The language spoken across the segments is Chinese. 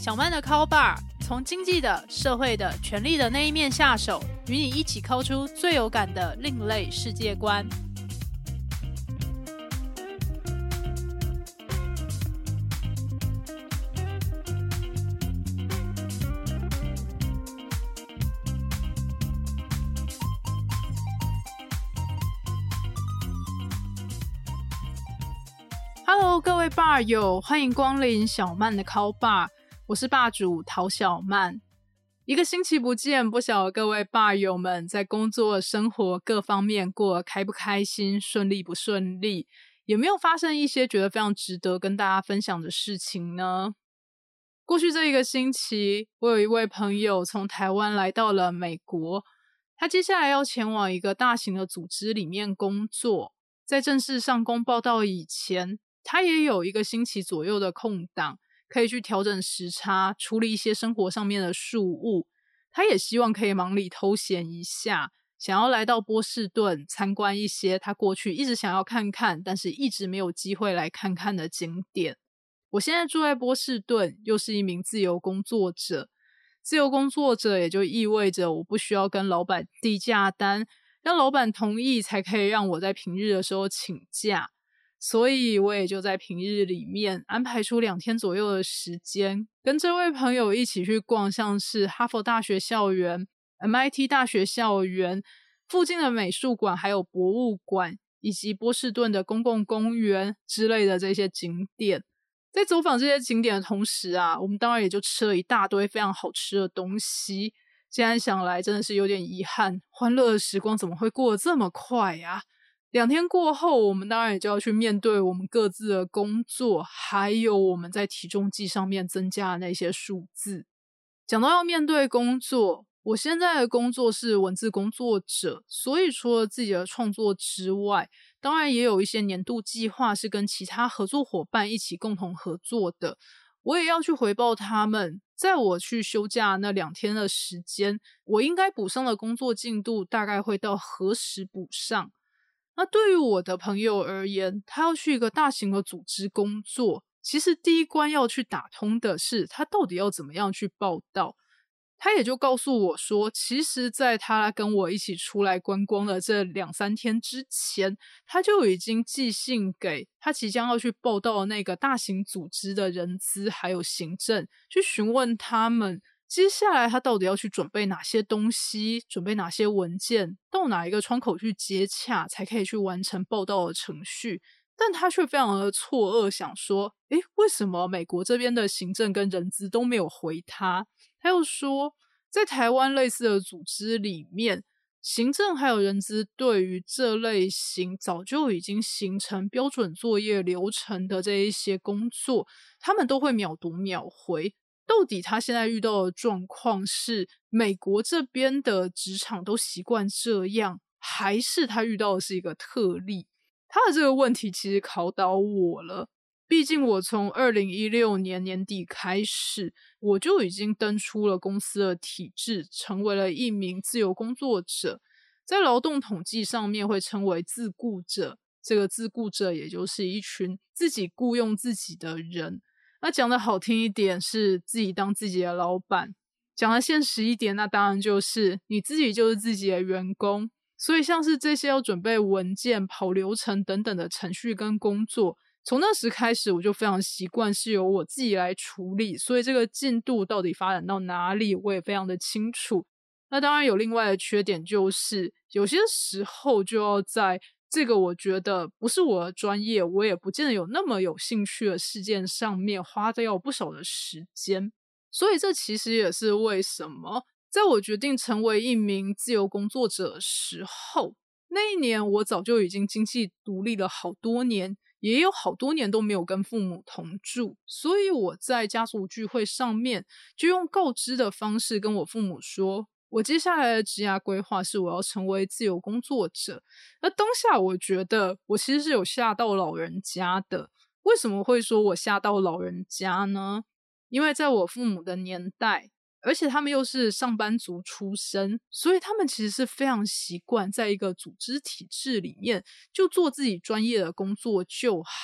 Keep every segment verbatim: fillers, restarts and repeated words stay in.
小曼的 Call Bar 从经济的、社会的、权力的那一面下手，与你一起call出最有感的另类世界观。Hello， 各位 bar 友，欢迎光临小曼的 Call Bar， 我是霸主陶小曼。一个星期不见，不晓得各位 bar 友们在工作、生活各方面过得开不开心，顺利不顺利，有没有发生一些觉得非常值得跟大家分享的事情呢？过去这一个星期，我有一位朋友从台湾来到了美国，他接下来要前往一个大型的组织里面工作，在正式上工报到以前，他也有一个星期左右的空档，可以去调整时差，处理一些生活上面的事务。他也希望可以忙里偷闲一下，想要来到波士顿参观一些他过去一直想要看看，但是一直没有机会来看看的景点。我现在住在波士顿，又是一名自由工作者。自由工作者也就意味着我不需要跟老板递假单，让老板同意才可以让我在平日的时候请假。所以我也就在平日里面安排出两天左右的时间，跟这位朋友一起去逛像是哈佛大学校园、M I T 大学校园、附近的美术馆还有博物馆，以及波士顿的公共公园之类的这些景点。在走访这些景点的同时啊，我们当然也就吃了一大堆非常好吃的东西。现在想来真的是有点遗憾，欢乐的时光怎么会过得这么快啊？两天过后，我们当然也就要去面对我们各自的工作，还有我们在体重计上面增加的那些数字。讲到要面对工作，我现在的工作是文字工作者，所以除了自己的创作之外，当然也有一些年度计划是跟其他合作伙伴一起共同合作的，我也要去回报他们。在我去休假那两天的时间，我应该补上的工作进度大概会到何时补上。那对于我的朋友而言，他要去一个大型的组织工作，其实第一关要去打通的是他到底要怎么样去报到。他也就告诉我说，其实在他跟我一起出来观光的这两三天之前，他就已经寄信给他即将要去报到的那个大型组织的人资还有行政，去询问他们接下来他到底要去准备哪些东西，准备哪些文件，到哪一个窗口去接洽，才可以去完成报到的程序。但他却非常的错愕，想说诶，为什么美国这边的行政跟人资都没有回他？他又说在台湾类似的组织里面，行政还有人资对于这类型早就已经形成标准作业流程的这一些工作，他们都会秒读秒回。到底他现在遇到的状况是美国这边的职场都习惯这样，还是他遇到的是一个特例？他的这个问题其实考倒我了，毕竟我从二零一六年年底开始，我就已经登出了公司的体制，成为了一名自由工作者。在劳动统计上面会称为自雇者，这个自雇者也就是一群自己雇用自己的人。那讲的好听一点是自己当自己的老板，讲的现实一点，那当然就是你自己就是自己的员工。所以像是这些要准备文件、跑流程等等的程序跟工作，从那时开始我就非常习惯是由我自己来处理，所以这个进度到底发展到哪里我也非常的清楚。那当然有另外的缺点，就是有些时候就要在这个我觉得不是我的专业，我也不见得有那么有兴趣的事件上面花掉不少的时间。所以这其实也是为什么在我决定成为一名自由工作者的时候，那一年我早就已经经济独立了好多年，也有好多年都没有跟父母同住，所以我在家族聚会上面就用告知的方式跟我父母说，我接下来的职业规划是我要成为自由工作者。那当下我觉得我其实是有吓到老人家的。为什么会说我吓到老人家呢？因为在我父母的年代，而且他们又是上班族出身，所以他们其实是非常习惯在一个组织体制里面就做自己专业的工作就好，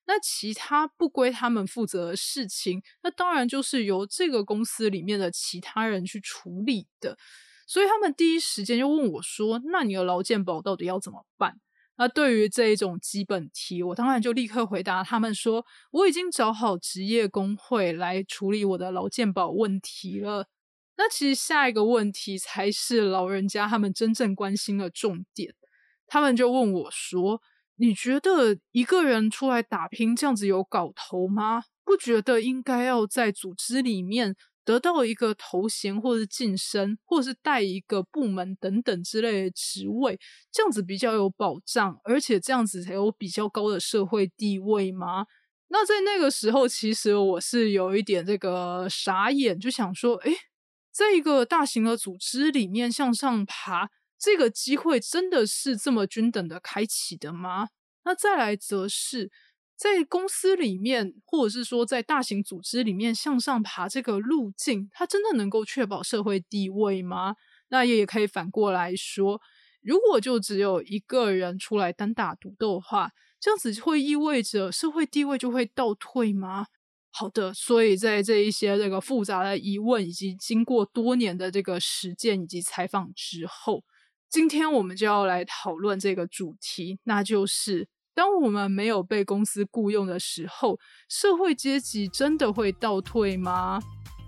那其他不归他们负责的事情，那当然就是由这个公司里面的其他人去处理的。所以他们第一时间就问我说，那你的劳健保到底要怎么办？那对于这一种基本题，我当然就立刻回答他们说，我已经找好职业工会来处理我的劳健保问题了。那其实下一个问题才是老人家他们真正关心的重点。他们就问我说，你觉得一个人出来打拼这样子有搞头吗？不觉得应该要在组织里面得到一个头衔，或是晋升，或是带一个部门等等之类的职位，这样子比较有保障，而且这样子才有比较高的社会地位吗？那在那个时候，其实我是有一点这个傻眼，就想说，诶，在一个大型的组织里面向上爬，这个机会真的是这么均等的开启的吗？那再来则是在公司里面，或者是说在大型组织里面向上爬这个路径，它真的能够确保社会地位吗？那也可以反过来说，如果就只有一个人出来单打独斗的话，这样子会意味着社会地位就会倒退吗？好的，所以在这一些这个复杂的疑问，以及经过多年的这个实践以及采访之后，今天我们就要来讨论这个主题，那就是当我们没有被公司雇佣的时候，社会阶级真的会倒退吗？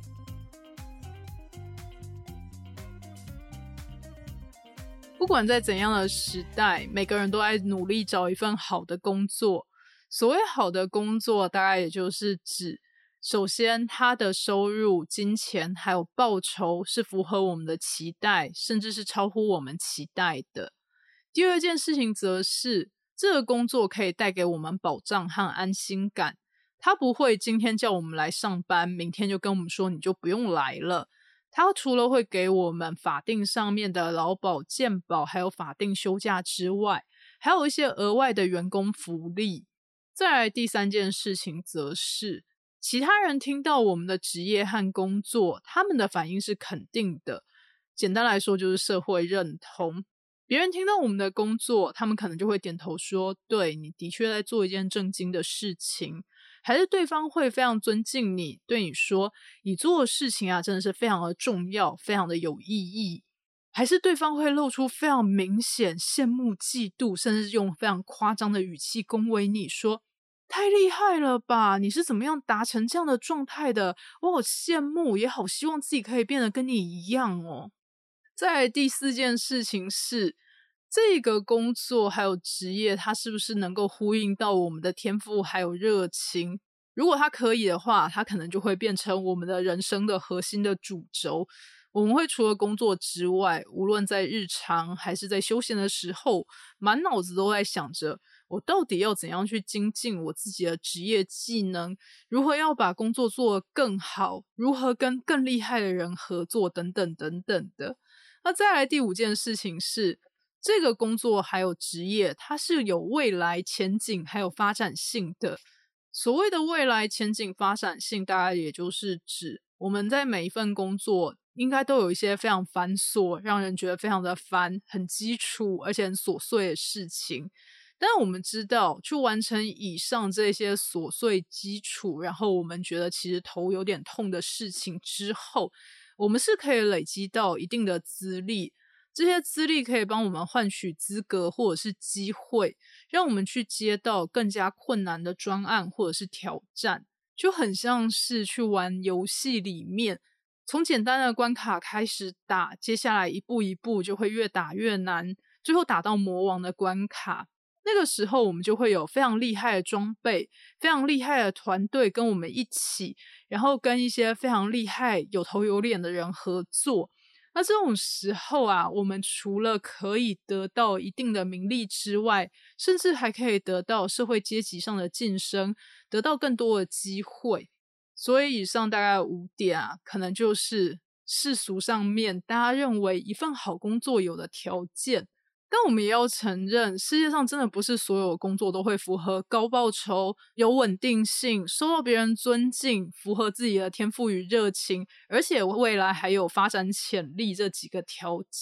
不管在怎样的时代，每个人都在努力找一份好的工作。所谓好的工作，大概也就是指，首先他的收入、金钱还有报酬是符合我们的期待，甚至是超乎我们期待的。第二件事情则是，这个工作可以带给我们保障和安心感，他不会今天叫我们来上班，明天就跟我们说你就不用来了。他除了会给我们法定上面的劳保、健保还有法定休假之外，还有一些额外的员工福利。再来第三件事情则是，其他人听到我们的职业和工作，他们的反应是肯定的。简单来说就是社会认同。别人听到我们的工作，他们可能就会点头说，对，你的确在做一件正经的事情。还是对方会非常尊敬你，对你说你做的事情啊真的是非常的重要，非常的有意义。还是对方会露出非常明显羡慕、嫉妒，甚至用非常夸张的语气恭维你说，太厉害了吧，你是怎么样达成这样的状态的，我好羡慕，也好希望自己可以变得跟你一样哦。再来第四件事情是，这个工作还有职业，它是不是能够呼应到我们的天赋还有热情？如果它可以的话，它可能就会变成我们的人生的核心的主轴。我们会除了工作之外，无论在日常还是在休闲的时候，满脑子都在想着，我到底要怎样去精进我自己的职业技能，如何要把工作做得更好，如何跟更厉害的人合作，等等等等的。那再来第五件事情是，这个工作还有职业，它是有未来前景还有发展性的。所谓的未来前景发展性，大概也就是指我们在每一份工作应该都有一些非常繁琐，让人觉得非常的烦，很基础而且很琐碎的事情。但我们知道，去完成以上这些琐碎基础，然后我们觉得其实头有点痛的事情之后，我们是可以累积到一定的资历，这些资历可以帮我们换取资格或者是机会，让我们去接到更加困难的专案或者是挑战，就很像是去玩游戏里面，从简单的关卡开始打，接下来一步一步就会越打越难，最后打到魔王的关卡。那个时候我们就会有非常厉害的装备，非常厉害的团队跟我们一起，然后跟一些非常厉害有头有脸的人合作。那这种时候啊，我们除了可以得到一定的名利之外，甚至还可以得到社会阶级上的晋升，得到更多的机会。所以以上大概五点啊，可能就是世俗上面大家认为一份好工作有的条件。但我们也要承认，世界上真的不是所有工作都会符合高报酬、有稳定性、受到别人尊敬、符合自己的天赋与热情，而且未来还有发展潜力这几个条件。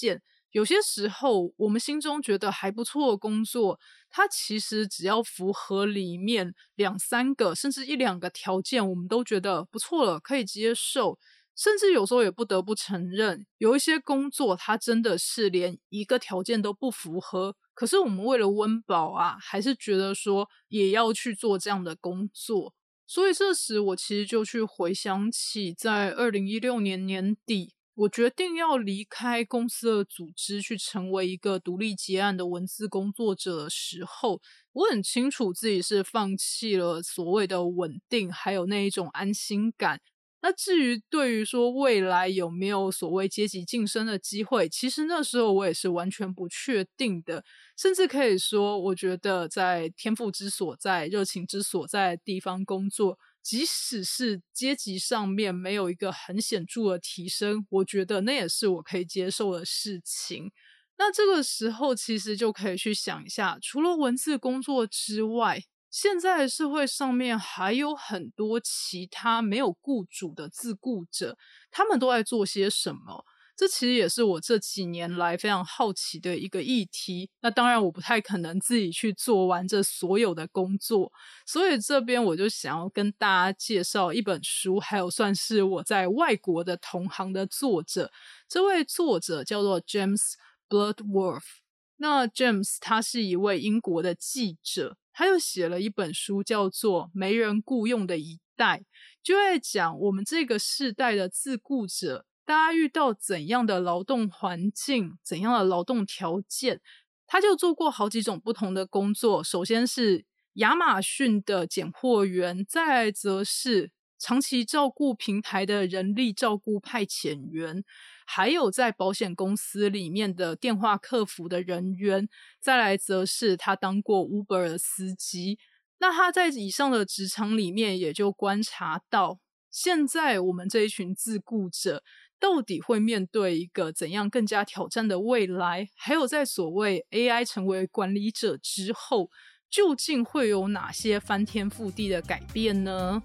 有些时候我们心中觉得还不错的工作，它其实只要符合里面两三个甚至一两个条件，我们都觉得不错了，可以接受。甚至有时候也不得不承认，有一些工作它真的是连一个条件都不符合，可是我们为了温饱啊，还是觉得说也要去做这样的工作。所以这时我其实就去回想起在二零一六年年底，我决定要离开公司的组织，去成为一个独立结案的文字工作者的时候，我很清楚自己是放弃了所谓的稳定，还有那一种安心感。那至于对于说未来有没有所谓阶级晋升的机会，其实那时候我也是完全不确定的，甚至可以说我觉得在天赋之所在、热情之所在的地方工作，即使是阶级上面没有一个很显著的提升，我觉得那也是我可以接受的事情。那这个时候其实就可以去想一下，除了文字工作之外，现在的社会上面还有很多其他没有雇主的自雇者，他们都在做些什么？这其实也是我这几年来非常好奇的一个议题。那当然我不太可能自己去做完这所有的工作，所以这边我就想要跟大家介绍一本书，还有算是我在外国的同行的作者。这位作者叫做 James Bloodworth。那 James 他是一位英国的记者，他又写了一本书叫做《没人雇佣的一代》，就在讲我们这个世代的自雇者，大家遇到怎样的劳动环境，怎样的劳动条件。他就做过好几种不同的工作，首先是亚马逊的拣货员，再来则是长期照顾平台的人力照顾派遣员，还有在保险公司里面的电话客服的人员，再来则是他当过 Uber 的司机。那他在以上的职场里面也就观察到，现在我们这一群自雇者到底会面对一个怎样更加挑战的未来，还有在所谓 A I 成为管理者之后，究竟会有哪些翻天覆地的改变呢？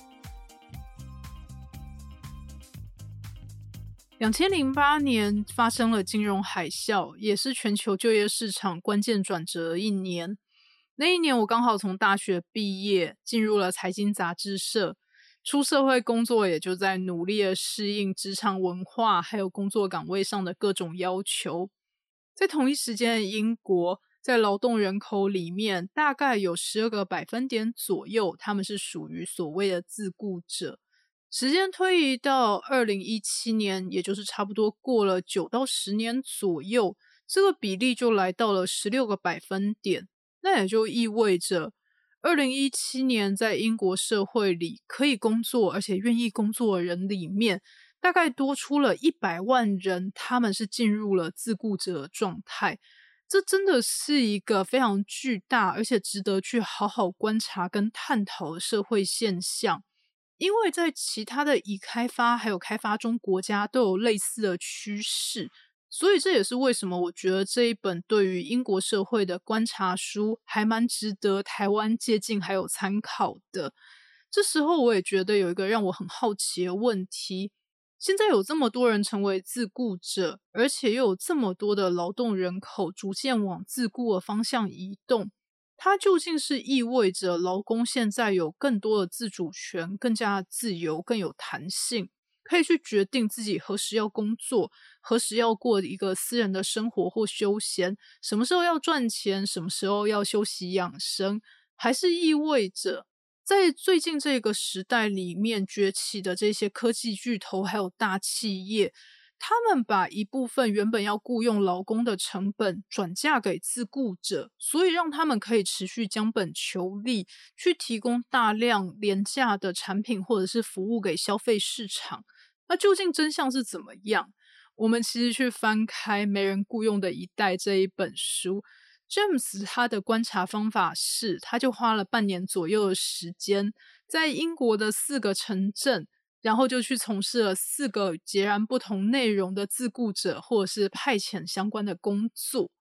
二零零八年发生了金融海啸，也是全球就业市场关键转折的一年。那一年我刚好从大学毕业，进入了财经杂志社，出社会工作也就在努力的适应职场文化还有工作岗位上的各种要求。在同一时间的英国，在劳动人口里面大概有十二个百分点左右，他们是属于所谓的自雇者。时间推移到二零一七年，也就是差不多过了九到十年左右，这个比例就来到了十六个百分点。那也就意味着二零一七年在英国社会里可以工作而且愿意工作的人里面，大概多出了一百万人，他们是进入了自雇者的状态。这真的是一个非常巨大而且值得去好好观察跟探讨的社会现象。因为在其他的已开发还有开发中国家都有类似的趋势，所以这也是为什么我觉得这一本对于英国社会的观察书还蛮值得台湾借鉴还有参考的。这时候我也觉得有一个让我很好奇的问题，现在有这么多人成为自雇者，而且又有这么多的劳动人口逐渐往自雇的方向移动，它究竟是意味着劳工现在有更多的自主权，更加自由，更有弹性，可以去决定自己何时要工作，何时要过一个私人的生活或休闲，什么时候要赚钱，什么时候要休息养生，还是意味着在最近这个时代里面崛起的这些科技巨头还有大企业，他们把一部分原本要雇佣劳工的成本转嫁给自雇者，所以让他们可以持续将本求利，去提供大量廉价的产品或者是服务给消费市场。那究竟真相是怎么样？我们其实去翻开《没人雇佣的一代》这一本书， James 他的观察方法是，他就花了半年左右的时间，在英国的四个城镇，然后就去从事了四个截然不同内容的自雇者或者是派遣相关的工作。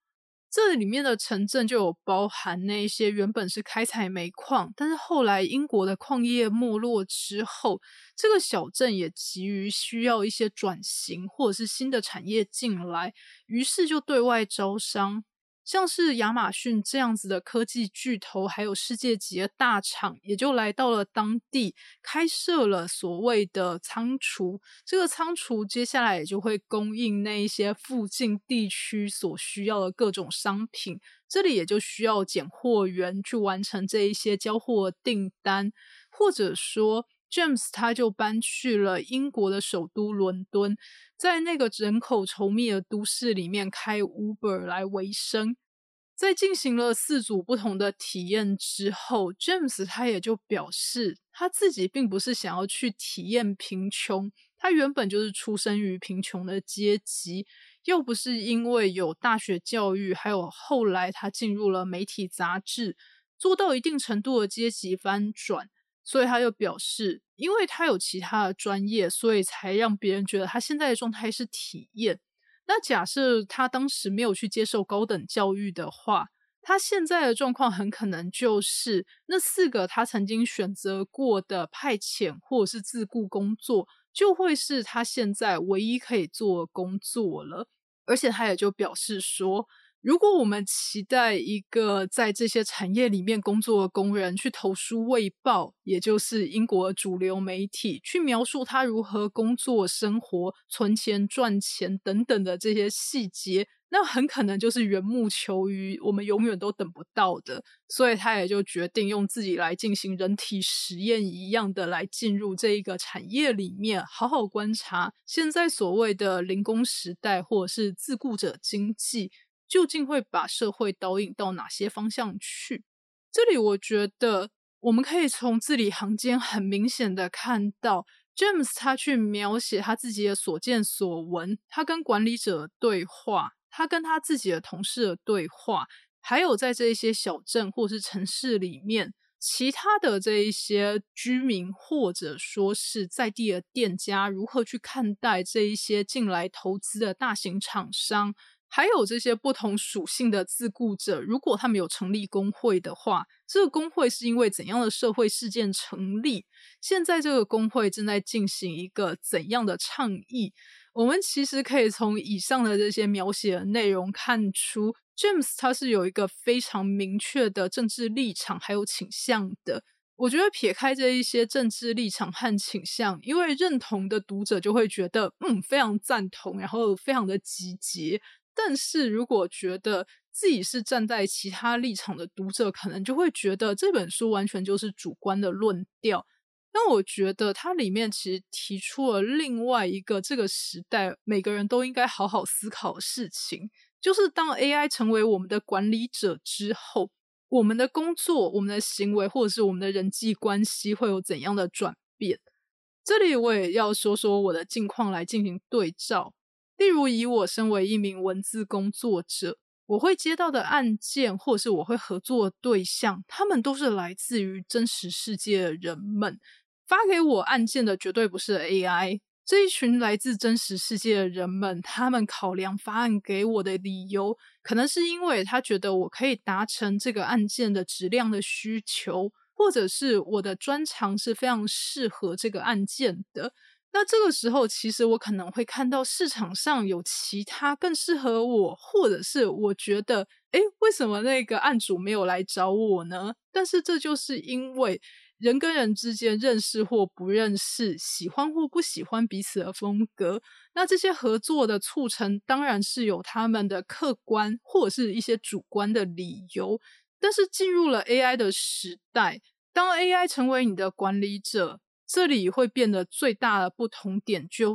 这里面的城镇就有包含那些原本是开采煤矿，但是后来英国的矿业没落之后，这个小镇也急于需要一些转型或者是新的产业进来，于是就对外招商。像是亚马逊这样子的科技巨头，还有世界级的大厂，也就来到了当地，开设了所谓的仓储。这个仓储接下来也就会供应那一些附近地区所需要的各种商品，这里也就需要拣货员去完成这一些交货订单，或者说James 他就搬去了英国的首都伦敦，在那个人口稠密的都市里面开 Uber 来维生。在进行了四组不同的体验之后， James 他也就表示他自己并不是想要去体验贫穷，他原本就是出生于贫穷的阶级，又不是因为有大学教育，还有后来他进入了媒体杂志，做到一定程度的阶级翻转，所以他就表示因为他有其他的专业，所以才让别人觉得他现在的状态是体验。那假设他当时没有去接受高等教育的话，他现在的状况很可能就是那四个他曾经选择过的派遣或者是自雇工作，就会是他现在唯一可以做的工作了。而且他也就表示说，如果我们期待一个在这些产业里面工作的工人去投书卫报，也就是英国的主流媒体，去描述他如何工作、生活、存钱、赚钱等等的这些细节，那很可能就是缘木求鱼，我们永远都等不到的。所以他也就决定用自己来进行人体实验一样的来进入这一个产业里面，好好观察现在所谓的零工时代或者是自雇者经济究竟会把社会导引到哪些方向去。这里我觉得我们可以从字里行间很明显的看到 James 他去描写他自己的所见所闻，他跟管理者的对话，他跟他自己的同事的对话，还有在这一些小镇或是城市里面其他的这一些居民或者说是在地的店家如何去看待这一些进来投资的大型厂商，还有这些不同属性的自雇者，如果他们有成立工会的话，这个工会是因为怎样的社会事件成立，现在这个工会正在进行一个怎样的倡议。我们其实可以从以上的这些描写的内容看出 James 他是有一个非常明确的政治立场还有倾向的。我觉得撇开这一些政治立场和倾向，因为认同的读者就会觉得嗯非常赞同，然后非常的集结，但是如果觉得自己是站在其他立场的读者，可能就会觉得这本书完全就是主观的论调。但我觉得它里面其实提出了另外一个这个时代每个人都应该好好思考的事情，就是当 A I 成为我们的管理者之后，我们的工作、我们的行为或者是我们的人际关系会有怎样的转变。这里我也要说说我的近况来进行对照。例如以我身为一名文字工作者，我会接到的案件或是我会合作的对象，他们都是来自于真实世界的人们。发给我案件的绝对不是 A I， 这一群来自真实世界的人们，他们考量发案给我的理由，可能是因为他觉得我可以达成这个案件的质量的需求，或者是我的专长是非常适合这个案件的。那这个时候其实我可能会看到市场上有其他更适合我，或者是我觉得诶，为什么那个案主没有来找我呢？但是这就是因为人跟人之间认识或不认识，喜欢或不喜欢彼此的风格，那这些合作的促成当然是有他们的客观或者是一些主观的理由。但是进入了 A I 的时代，当 A I 成为你的管理者，这里会变得最大的不同点就是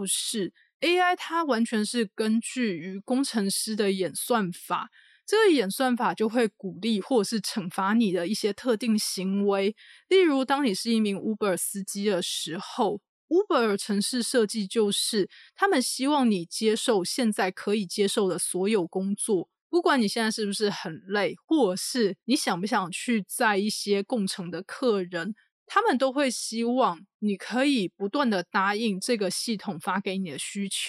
A I 它完全是根据于工程师的演算法，这个演算法就会鼓励或是惩罚你的一些特定行为。例如当你是一名 Uber 司机的时候， Uber 的程式设计就是他们希望你接受现在可以接受的所有工作，不管你现在是不是很累，或者是你想不想去载一些共乘的客人，他们都会希望你可以不断的答应这个系统发给你的需求。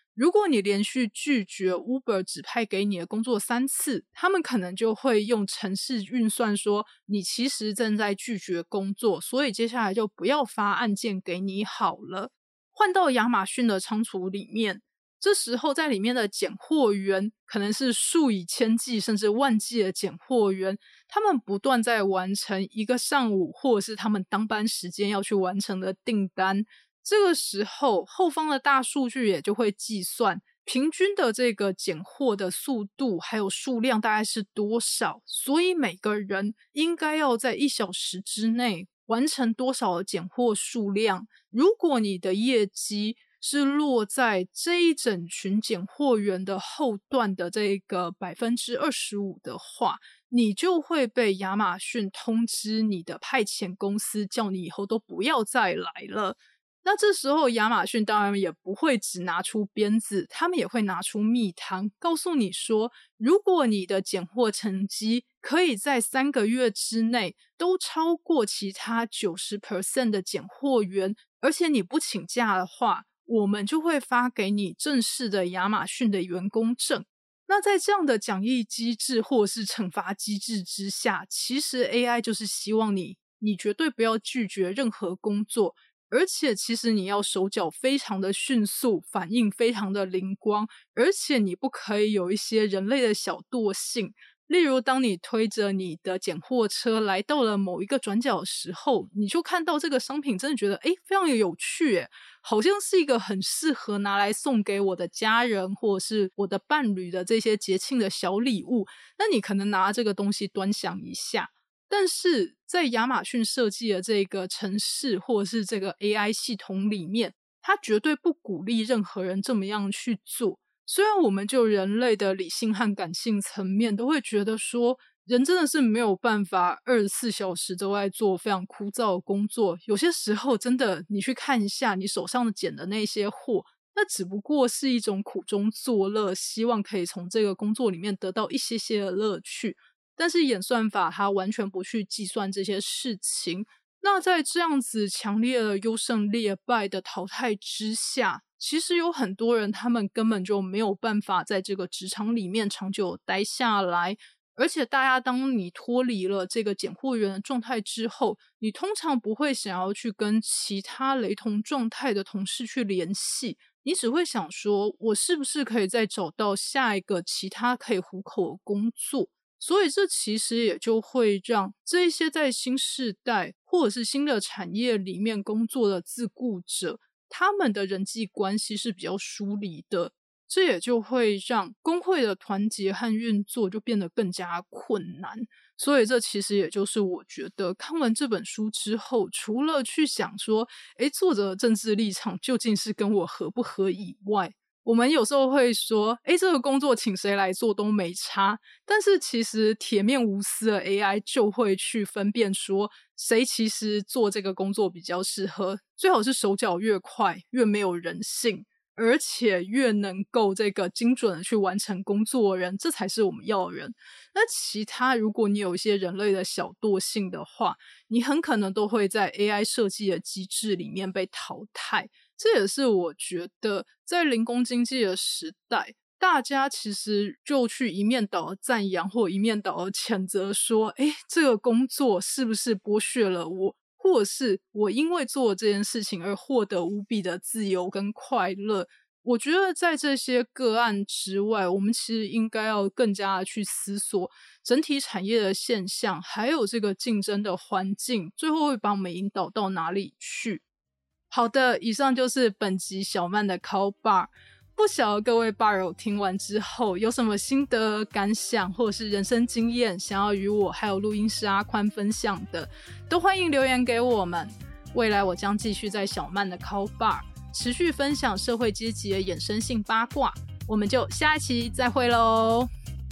如果你连续拒绝 Uber 指派给你的工作三次，他们可能就会用程式运算说你其实正在拒绝工作，所以接下来就不要发案件给你好了。换到亚马逊的仓储里面，这时候在里面的拣货员可能是数以千计甚至万计的拣货员，他们不断在完成一个上午或者是他们当班时间要去完成的订单。这个时候后方的大数据也就会计算平均的这个拣货的速度还有数量大概是多少，所以每个人应该要在一小时之内完成多少的拣货数量。如果你的业绩是落在这一整群拣货员的后段的这个 百分之二十五 的话，你就会被亚马逊通知你的派遣公司，叫你以后都不要再来了。那这时候亚马逊当然也不会只拿出鞭子，他们也会拿出蜜糖，告诉你说，如果你的拣货成绩可以在三个月之内都超过其他 百分之九十 的拣货员，而且你不请假的话，我们就会发给你正式的亚马逊的员工证。那在这样的奖励机制或是惩罚机制之下，其实 A I 就是希望你你绝对不要拒绝任何工作，而且其实你要手脚非常的迅速，反应非常的灵光，而且你不可以有一些人类的小惰性。例如当你推着你的拣货车来到了某一个转角的时候，你就看到这个商品真的觉得诶非常有趣耶，好像是一个很适合拿来送给我的家人或者是我的伴侣的这些节庆的小礼物，那你可能拿这个东西端详一下。但是在亚马逊设计的这个程式或者是这个 A I 系统里面，它绝对不鼓励任何人这么样去做。虽然我们就人类的理性和感性层面都会觉得说，人真的是没有办法二十四小时都在做非常枯燥的工作，有些时候真的你去看一下你手上捡的那些货，那只不过是一种苦中作乐，希望可以从这个工作里面得到一些些的乐趣。但是演算法它完全不去计算这些事情。那在这样子强烈的优胜劣败的淘汰之下，其实有很多人他们根本就没有办法在这个职场里面长久待下来。而且大家当你脱离了这个拣货员的状态之后，你通常不会想要去跟其他雷同状态的同事去联系，你只会想说我是不是可以再找到下一个其他可以糊口的工作。所以这其实也就会让这一些在新世代或者是新的产业里面工作的自雇者，他们的人际关系是比较疏离的，这也就会让工会的团结和运作就变得更加困难。所以这其实也就是我觉得看完这本书之后，除了去想说诶作者的政治立场究竟是跟我合不合以外，我们有时候会说诶这个工作请谁来做都没差，但是其实铁面无私的 A I 就会去分辨说谁其实做这个工作比较适合，最好是手脚越快越没有人性，而且越能够这个精准的去完成工作的人，这才是我们要的人。那其他如果你有一些人类的小惰性的话，你很可能都会在 A I 设计的机制里面被淘汰。这也是我觉得在零工经济的时代，大家其实就去一面倒的赞扬或一面倒的谴责说诶这个工作是不是剥削了我，或者是我因为做这件事情而获得无比的自由跟快乐。我觉得在这些个案之外，我们其实应该要更加的去思索整体产业的现象，还有这个竞争的环境最后会把我们引导到哪里去。好的，以上就是本集小曼的 Call Bar。 不晓得各位 bar 友听完之后有什么心得感想或者是人生经验想要与我还有录音师阿宽分享的，都欢迎留言给我们。未来我将继续在小曼的 Call Bar 持续分享社会阶级的衍生性八卦，我们就下一期再会咯。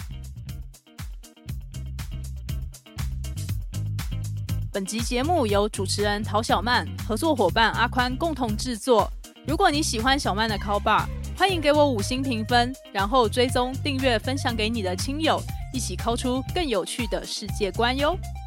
本集节目由主持人陶小曼、合作伙伴阿宽共同制作。如果你喜欢小曼的 Call Bar， 欢迎给我五星评分，然后追踪、订阅、分享给你的亲友，一起 call 出更有趣的世界观哟。